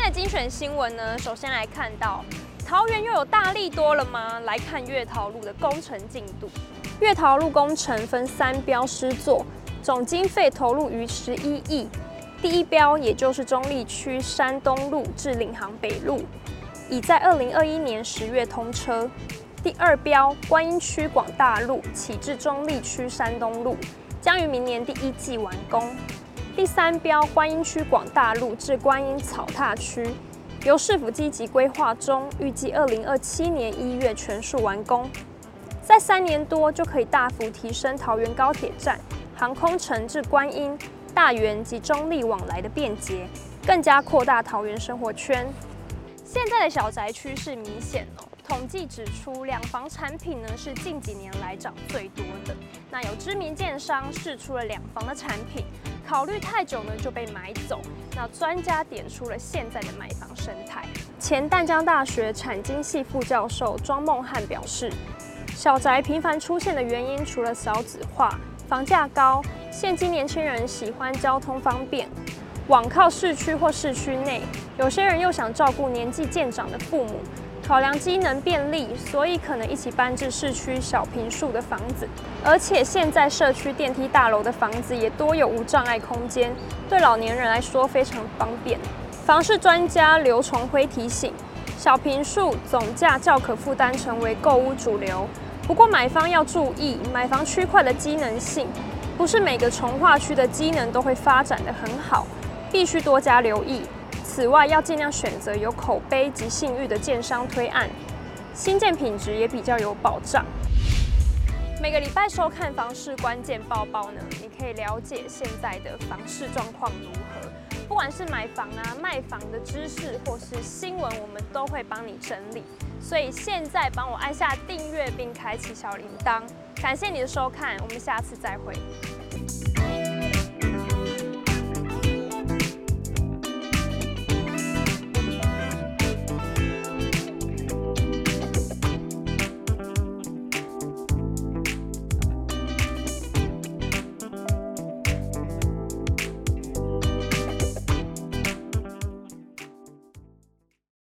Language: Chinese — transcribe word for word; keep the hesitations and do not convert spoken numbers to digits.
的精选新闻呢，首先来看到桃园又有大利多了吗？来看月桃路的工程进度。月桃路工程分三标施作，总经费投入逾十一亿。第一标也就是中坜区山东路至领航北路，已在二零二一年十月通车。第二标观音区广大路起至中坜区山东路，将于明年第一季完工。第三标观音区广大路至观音草踏区，由市府积极规划中，预计二零二七年一月全数完工。在三年多就可以大幅提升桃园高铁站、航空城至观音、大园及中坜往来的便捷，更加扩大桃园生活圈。现在的小宅趋势明显哦。统计指出，两房产品呢是近几年来涨最多的。那有知名建商释出了两房的产品，考虑太久呢就被买走。那专家点出了现在的买房生态。前淡江大学产经系副教授庄孟汉表示，小宅频繁出现的原因，除了少子化、房价高，现今年轻人喜欢交通方便，网靠市区或市区内，有些人又想照顾年纪渐长的父母。考量机能便利，所以可能一起搬至市区小坪数的房子。而且现在社区电梯大楼的房子也多有无障碍空间，对老年人来说非常方便。房市专家刘崇辉提醒，小坪数总价较可负担成为购屋主流。不过买方要注意，买房区块的机能性，不是每个重划区的机能都会发展得很好，必须多加留意。此外，要尽量选择有口碑及信誉的建商推案，新建品质也比较有保障。每个礼拜收看房市关键报报呢，你可以了解现在的房市状况如何。不管是买房啊、卖房的知识，或是新闻，我们都会帮你整理。所以现在帮我按下订阅并开启小铃铛。感谢你的收看，我们下次再会。